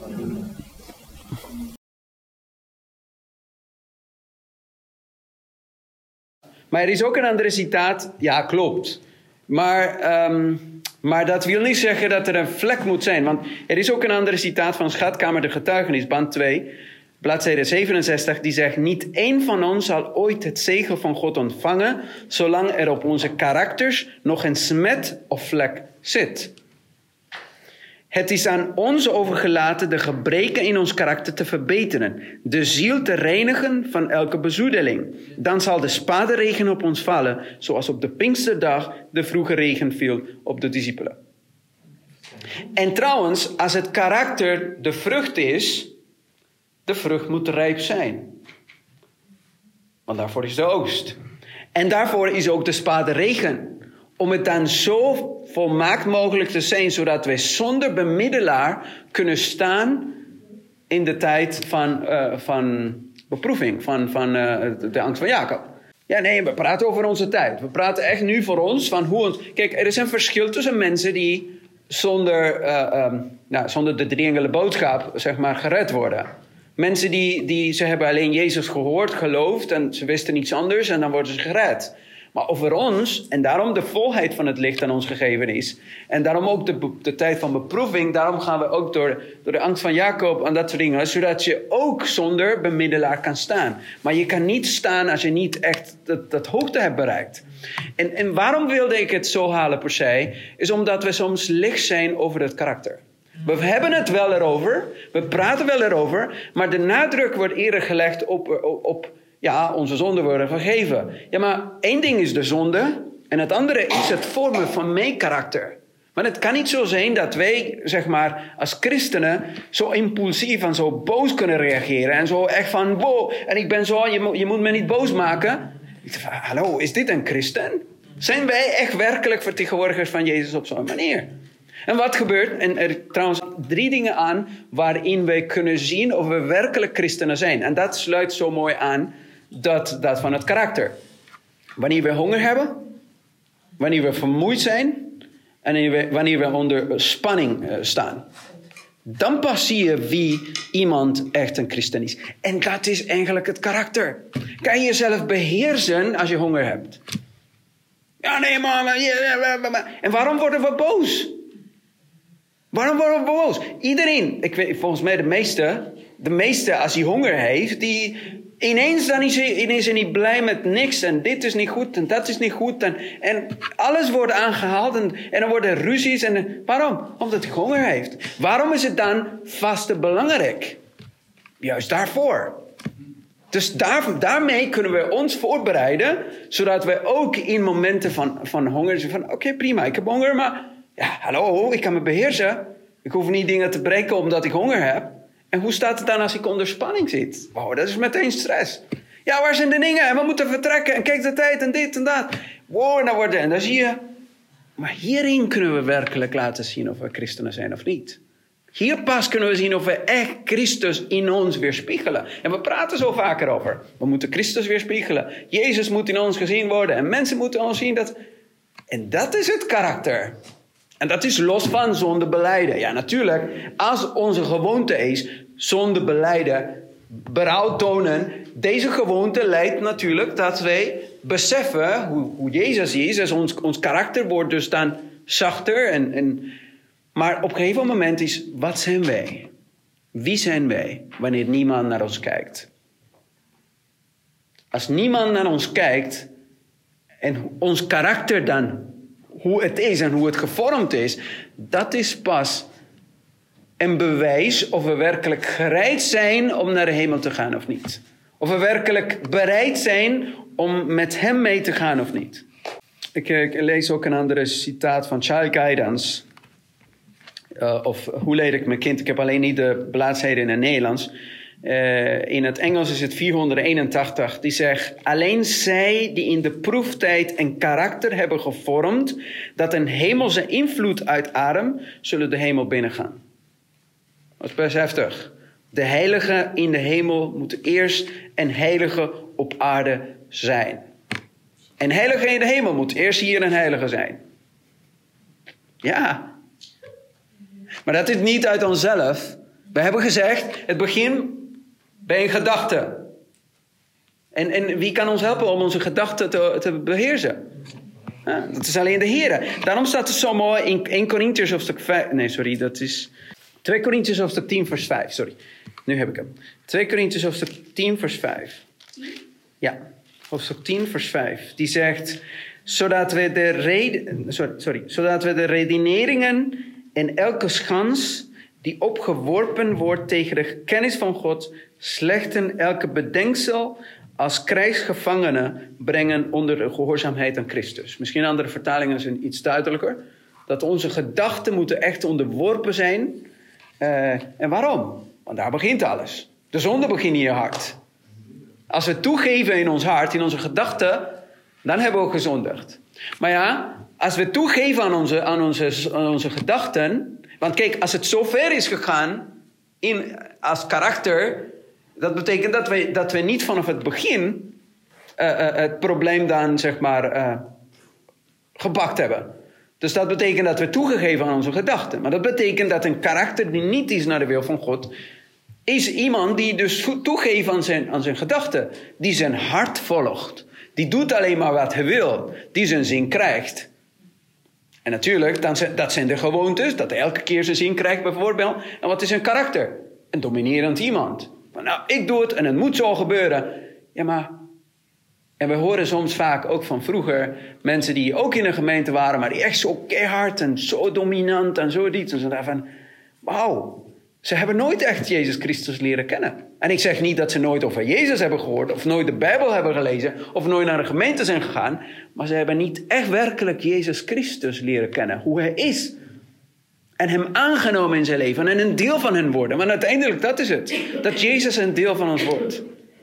Maar er is ook een andere citaat. Ja, klopt. Maar, um, maar dat wil niet zeggen dat er een vlek moet zijn. Want er is ook een andere citaat van Schatkamer de Getuigenis, band twee, bladzijde zevenenzestig. Die zegt, niet één van ons zal ooit het zegel van God ontvangen, zolang er op onze karakters nog een smet of vlek zit. Het is aan ons overgelaten de gebreken in ons karakter te verbeteren, de ziel te reinigen van elke bezoedeling. Dan zal de spaderegen op ons vallen, zoals op de Pinksterdag de vroege regen viel op de discipelen. En trouwens, als het karakter de vrucht is, de vrucht moet rijp zijn. Want daarvoor is de oogst. En daarvoor is ook de spaderegen. Om het dan zo volmaakt mogelijk te zijn, zodat wij zonder bemiddelaar kunnen staan in de tijd van, uh, van beproeving, van, van uh, de angst van Jacob. Ja, nee, we praten over onze tijd. We praten echt nu voor ons van hoe ons... Kijk, er is een verschil tussen mensen die zonder, uh, um, nou, zonder de drie engelen boodschap, zeg maar, gered worden. Mensen die, die, ze hebben alleen Jezus gehoord, geloofd en ze wisten niets anders en dan worden ze gered. Maar over ons, en daarom de volheid van het licht aan ons gegeven is. En daarom ook de, de tijd van beproeving. Daarom gaan we ook door, door de angst van Jacob en dat soort dingen. Zodat je ook zonder bemiddelaar kan staan. Maar je kan niet staan als je niet echt dat, dat hoogte hebt bereikt. En, en waarom wilde ik het zo halen per se? Is omdat we soms licht zijn over het karakter. We hebben het wel erover, we praten wel erover, maar de nadruk wordt eerder gelegd op, op, op ja, onze zonden worden vergeven. Ja, maar één ding is de zonde en het andere is het vormen van mijn karakter. Maar het kan niet zo zijn dat wij, zeg maar, als christenen zo impulsief en zo boos kunnen reageren. En zo echt van, wow, en ik ben zo, je, mo- je moet me niet boos maken. Ik dacht, hallo, is dit een christen? Zijn wij echt werkelijk vertegenwoordigers van Jezus op zo'n manier? En wat gebeurt, en er trouwens drie dingen aan waarin wij kunnen zien of we werkelijk christenen zijn. En dat sluit zo mooi aan dat, dat van het karakter. Wanneer we honger hebben, wanneer we vermoeid zijn en wanneer we onder spanning staan. Dan pas zie je wie iemand echt een christen is. En dat is eigenlijk het karakter. Kan je jezelf beheersen als je honger hebt? Ja, nee, man. En waarom worden we boos? Waarom worden we boos? Iedereen, ik weet, volgens mij de meeste, de meeste als hij honger heeft, die ineens dan is hij, ineens is hij niet blij met niks en dit is niet goed en dat is niet goed en, en alles wordt aangehaald en, en er worden ruzies. En, waarom? Omdat hij honger heeft. Waarom is het dan vasten belangrijk? Juist daarvoor. Dus daar, daarmee kunnen we ons voorbereiden, zodat we ook in momenten van, van honger zeggen van oké, okay, prima, ik heb honger, maar ja, hallo, ik kan me beheersen. Ik hoef niet dingen te breken omdat ik honger heb. En hoe staat het dan als ik onder spanning zit? Wow, dat is meteen stress. Ja, waar zijn de dingen? En we moeten vertrekken. En kijk de tijd en dit en dat. Wow, en dan, worden, en dan zie je. Maar hierin kunnen we werkelijk laten zien of we christenen zijn of niet. Hier pas kunnen we zien of we echt Christus in ons weerspiegelen. En we praten zo vaker over. We moeten Christus weerspiegelen. Jezus moet in ons gezien worden. En mensen moeten ons zien dat. En dat is het karakter. En dat is los van zonde belijden. Ja, natuurlijk, als onze gewoonte is zonde belijden, berouw tonen. Deze gewoonte leidt natuurlijk dat wij beseffen hoe, hoe Jezus is. Dus ons, ons karakter wordt dus dan zachter. En, en, maar op een gegeven moment is, wat zijn wij? Wie zijn wij wanneer niemand naar ons kijkt? Als niemand naar ons kijkt en ons karakter dan, hoe het is en hoe het gevormd is, dat is pas een bewijs of we werkelijk gereid zijn om naar de hemel te gaan of niet. Of we werkelijk bereid zijn om met hem mee te gaan of niet. Ik, ik lees ook een andere citaat van Child Guidance. Uh, of hoe leer ik mijn kind? Ik heb alleen niet de bladzijden in het Nederlands. Uh, in het Engels is het vierhonderdeenentachtig. Die zegt, alleen zij die in de proeftijd een karakter hebben gevormd, dat een hemelse invloed uitademt, zullen de hemel binnengaan. Dat is best heftig. De heilige in de hemel moet eerst een heilige op aarde zijn. Een heilige in de hemel moet eerst hier een heilige zijn. Ja. Maar dat is niet uit onszelf. We hebben gezegd, het begint bij een gedachte. En, en wie kan ons helpen om onze gedachten te, te beheersen? Ja, dat is alleen de Heer. Daarom staat het zo mooi in Eerste Korintiërs hoofdstuk vijf. Nee, sorry, dat is Tweede Korintiërs hoofdstuk tien vers vijf. Sorry, nu heb ik hem. Tweede Korintiërs hoofdstuk tien vers vijf. Ja, hoofdstuk tien vers vijf. Die zegt, zodat we de, reden, sorry, sorry, zodat we de redeneringen en elke schans die opgeworpen wordt tegen de kennis van God, slechten elke bedenksel als krijgsgevangenen brengen onder de gehoorzaamheid aan Christus. Misschien andere vertalingen zijn iets duidelijker. Dat onze gedachten moeten echt onderworpen zijn. Uh, en waarom? Want daar begint alles. De zonde begint in je hart. Als we toegeven in ons hart, in onze gedachten, dan hebben we ook gezondigd. Maar ja, als we toegeven aan onze, aan onze, aan onze gedachten. Want kijk, als het zo ver is gegaan in, als karakter, dat betekent dat we, dat we niet vanaf het begin uh, uh, het probleem dan, zeg maar, uh, gepakt hebben. Dus dat betekent dat we toegegeven aan onze gedachten. Maar dat betekent dat een karakter die niet is naar de wil van God, is iemand die dus toegeeft aan zijn, aan zijn gedachten. Die zijn hart volgt. Die doet alleen maar wat hij wil. Die zijn zin krijgt. En natuurlijk, dan zijn, dat zijn de gewoontes. Dat hij elke keer zijn zin krijgt bijvoorbeeld. En wat is een karakter? Een dominerend iemand. Maar nou, ik doe het en het moet zo gebeuren. Ja, maar... En we horen soms vaak ook van vroeger mensen die ook in een gemeente waren, maar die echt zo keihard en zo dominant en zo dit. En zo daarvan, wauw, ze hebben nooit echt Jezus Christus leren kennen. En ik zeg niet dat ze nooit over Jezus hebben gehoord, of nooit de Bijbel hebben gelezen, of nooit naar een gemeente zijn gegaan, maar ze hebben niet echt werkelijk Jezus Christus leren kennen, hoe hij is. En hem aangenomen in zijn leven en een deel van hen worden. Want uiteindelijk, dat is het. Dat Jezus een deel van ons wordt.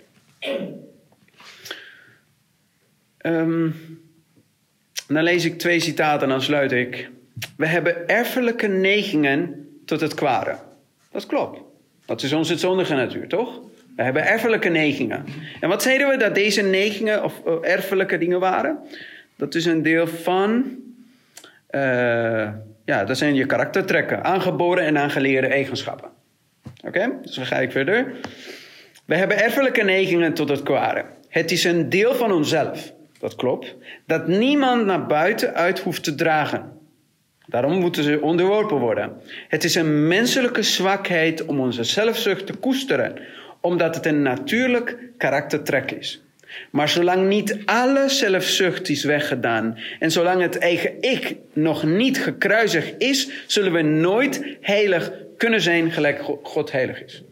Um, dan lees ik twee citaten en dan sluit ik. We hebben erfelijke neigingen tot het kwade. Dat klopt. Dat is onze zondige natuur, toch? We hebben erfelijke neigingen. En wat zeiden we dat deze neigingen of uh, erfelijke dingen waren? Dat is een deel van... Uh, ja, dat zijn je karaktertrekken. Aangeboren en aangeleerde eigenschappen. Oké, okay? Dus dan ga ik verder. We hebben erfelijke neigingen tot het kwade. Het is een deel van onszelf. Dat klopt. Dat niemand naar buiten uit hoeft te dragen. Daarom moeten ze onderworpen worden. Het is een menselijke zwakheid om onze zelfzucht te koesteren, omdat het een natuurlijk karaktertrek is. Maar zolang niet alle zelfzucht is weggedaan en zolang het eigen ik nog niet gekruisigd is, zullen we nooit heilig kunnen zijn gelijk God heilig is.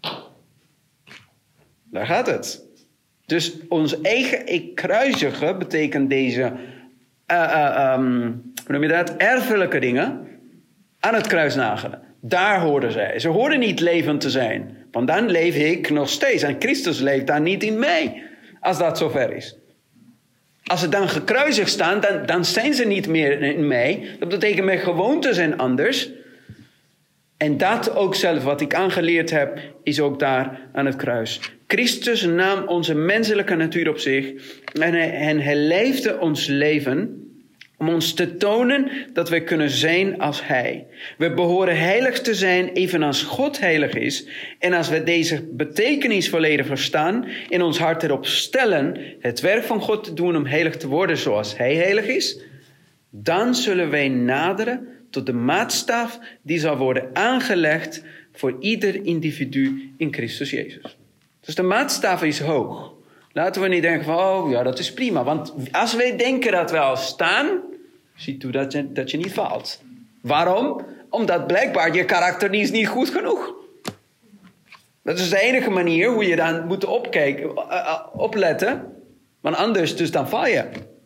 Daar gaat het. Dus ons eigen ik kruisigen betekent deze, uh, uh, um, hoe noem je dat, erfelijke dingen aan het kruis nagelen. Daar hoorden zij. Ze hoorden niet levend te zijn. Want dan leef ik nog steeds. En Christus leeft daar niet in mij. Als dat zover is. Als ze dan gekruisigd staan, dan, dan zijn ze niet meer in mij. Dat betekent mijn gewoonten zijn anders. En dat ook zelf, wat ik aangeleerd heb, is ook daar aan het kruis. Christus nam onze menselijke natuur op zich. En hij, en hij leefde ons leven om ons te tonen dat wij kunnen zijn als hij. We behoren heilig te zijn evenals God heilig is. En als we deze betekenis volledig verstaan, in ons hart erop stellen het werk van God te doen om heilig te worden zoals hij heilig is, dan zullen wij naderen tot de maatstaf die zal worden aangelegd voor ieder individu in Christus Jezus. Dus de maatstaf is hoog. Laten we niet denken van, oh ja, dat is prima. Want als wij denken dat we al staan, zie toe dat je, dat je niet faalt. Waarom? Omdat blijkbaar je karakter niet is niet goed genoeg. Dat is de enige manier hoe je dan moet opkijken, uh, opletten. Want anders, dus dan val je.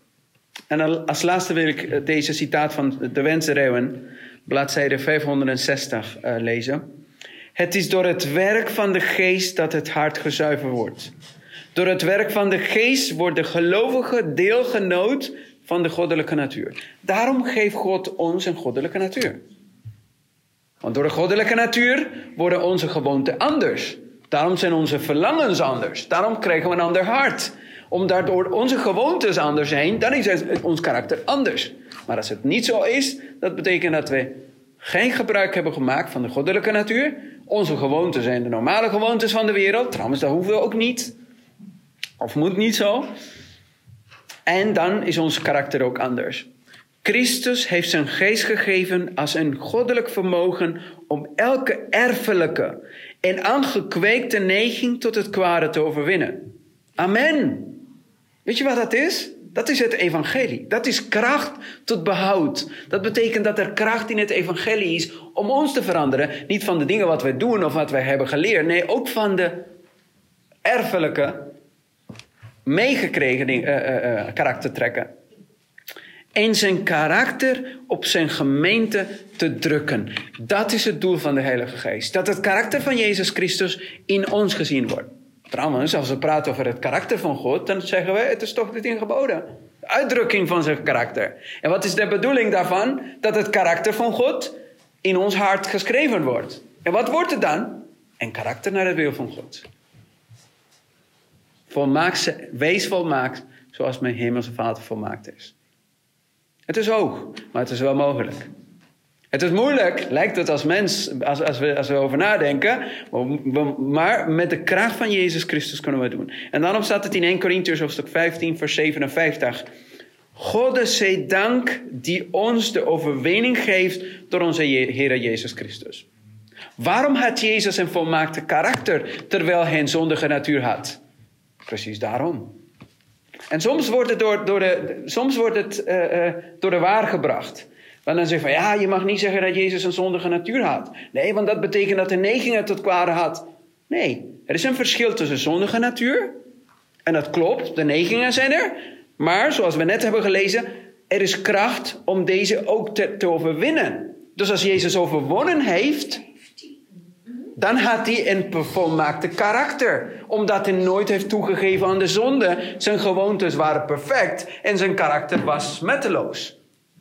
En als laatste wil ik deze citaat van de Wensenreeuwen, bladzijde vijfhonderdzestig, uh, lezen. Het is door het werk van de geest dat het hart gezuiverd wordt. Door het werk van de geest wordt de gelovige deelgenoot van de goddelijke natuur. Daarom geeft God ons een goddelijke natuur. Want door de goddelijke natuur worden onze gewoonten anders. Daarom zijn onze verlangens anders. Daarom krijgen we een ander hart. Omdat door onze gewoontes anders zijn, dan is ons karakter anders. Maar als het niet zo is, dat betekent dat we geen gebruik hebben gemaakt van de goddelijke natuur. Onze gewoonten zijn de normale gewoontes van de wereld. Trouwens, dat hoeven we ook niet. Of moet niet zo. En dan is ons karakter ook anders. Christus heeft zijn geest gegeven als een goddelijk vermogen om elke erfelijke en aangekweekte neiging tot het kwade te overwinnen. Amen. Weet je wat dat is? Dat is het evangelie. Dat is kracht tot behoud. Dat betekent dat er kracht in het evangelie is om ons te veranderen. Niet van de dingen wat wij doen of wat wij hebben geleerd. Nee, ook van de erfelijke, meegekregen uh, uh, uh, karaktertrekken. En zijn karakter op zijn gemeente te drukken. Dat is het doel van de Heilige Geest. Dat het karakter van Jezus Christus in ons gezien wordt. Trouwens, als we praten over het karakter van God, dan zeggen we, het is toch de tien geboden. De uitdrukking van zijn karakter. En wat is de bedoeling daarvan? Dat het karakter van God in ons hart geschreven wordt. En wat wordt het dan? Een karakter naar het wil van God. Volmaakt, wees volmaakt, zoals mijn hemelse Vader volmaakt is. Het is hoog, maar het is wel mogelijk. Het is moeilijk, lijkt het als mens, als, als, we, als we over nadenken. Maar met de kracht van Jezus Christus kunnen we het doen. En daarom staat het in eerste Korintiërs hoofdstuk vijftien, vers zevenenvijftig. God zij dank die ons de overwinning geeft door onze Heer Jezus Christus. Waarom had Jezus een volmaakte karakter, terwijl hij een zondige natuur had? Precies daarom. En soms wordt het door, door, de, soms wordt het, uh, uh, door de waar gebracht. Want dan zeg je van, ja, je mag niet zeggen dat Jezus een zondige natuur had. Nee, want dat betekent dat hij neigingen tot kwade had. Nee, er is een verschil tussen zondige natuur. En dat klopt, de neigingen zijn er. Maar, zoals we net hebben gelezen, er is kracht om deze ook te, te overwinnen. Dus als Jezus overwonnen heeft, dan had hij een volmaakte karakter. Omdat hij nooit heeft toegegeven aan de zonde. Zijn gewoontes waren perfect en zijn karakter was smetteloos.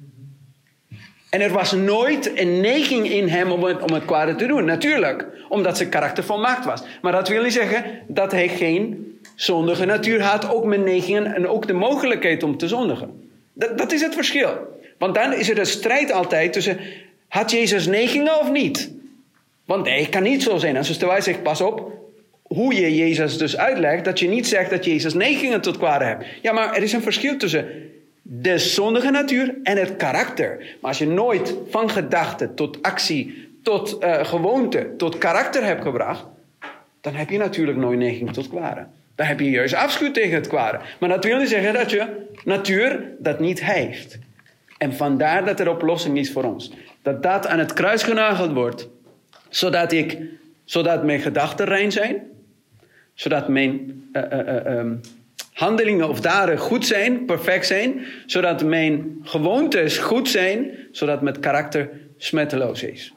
En er was nooit een neiging in hem om het, om het kwade te doen. Natuurlijk, omdat zijn karakter volmaakt was. Maar dat wil niet zeggen dat hij geen zondige natuur had. Ook met neigingen en ook de mogelijkheid om te zondigen. Dat, dat is het verschil. Want dan is er een strijd altijd tussen, had Jezus neigingen of niet? Want nee, het kan niet zo zijn. En zoals de wijs zegt, pas op hoe je Jezus dus uitlegt, dat je niet zegt dat Jezus neigingen tot kwade hebt. Ja, maar er is een verschil tussen de zondige natuur en het karakter. Maar als je nooit van gedachte tot actie, tot uh, gewoonte, tot karakter hebt gebracht, dan heb je natuurlijk nooit neiging tot kwade. Dan heb je juist afschuw tegen het kwade. Maar dat wil niet zeggen dat je natuur dat niet heeft. En vandaar dat er oplossing is voor ons. Dat dat aan het kruis genageld wordt. Zodat, ik, zodat mijn gedachten rein zijn. Zodat mijn uh, uh, uh, um, handelingen of daden goed zijn, perfect zijn. Zodat mijn gewoontes goed zijn. Zodat mijn karakter smetteloos is.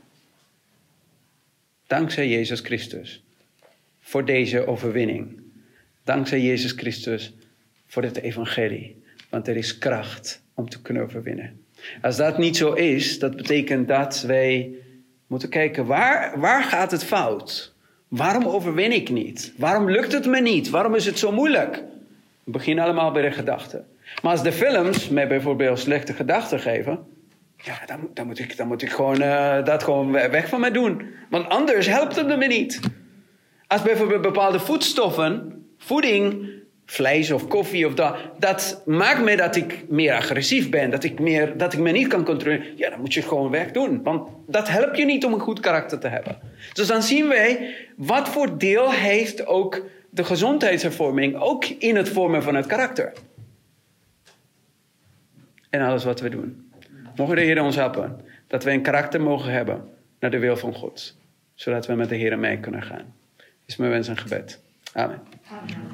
Dankzij Jezus Christus. Voor deze overwinning. Dankzij Jezus Christus voor het evangelie. Want er is kracht om te kunnen overwinnen. Als dat niet zo is, dat betekent dat wij moeten kijken, waar, waar gaat het fout? Waarom overwin ik niet? Waarom lukt het me niet? Waarom is het zo moeilijk? We beginnen allemaal bij de gedachten. Maar als de films mij bijvoorbeeld slechte gedachten geven, ja, dan, dan, moet, ik, dan moet ik gewoon, uh, dat gewoon weg van mij doen. Want anders helpt het me niet. Als bijvoorbeeld bepaalde voedstoffen, voeding, vlees of koffie of dat, dat maakt me dat ik meer agressief ben, dat ik, meer, dat ik me niet kan controleren. Ja, dan moet je het gewoon wegdoen. Want dat helpt je niet om een goed karakter te hebben. Dus dan zien wij wat voor deel heeft ook de gezondheidshervorming, ook in het vormen van het karakter. En alles wat we doen. Mogen de Heer ons helpen, dat wij een karakter mogen hebben naar de wil van God. Zodat we met de Heer mee kunnen gaan. Is mijn wens en gebed. Amen. Amen.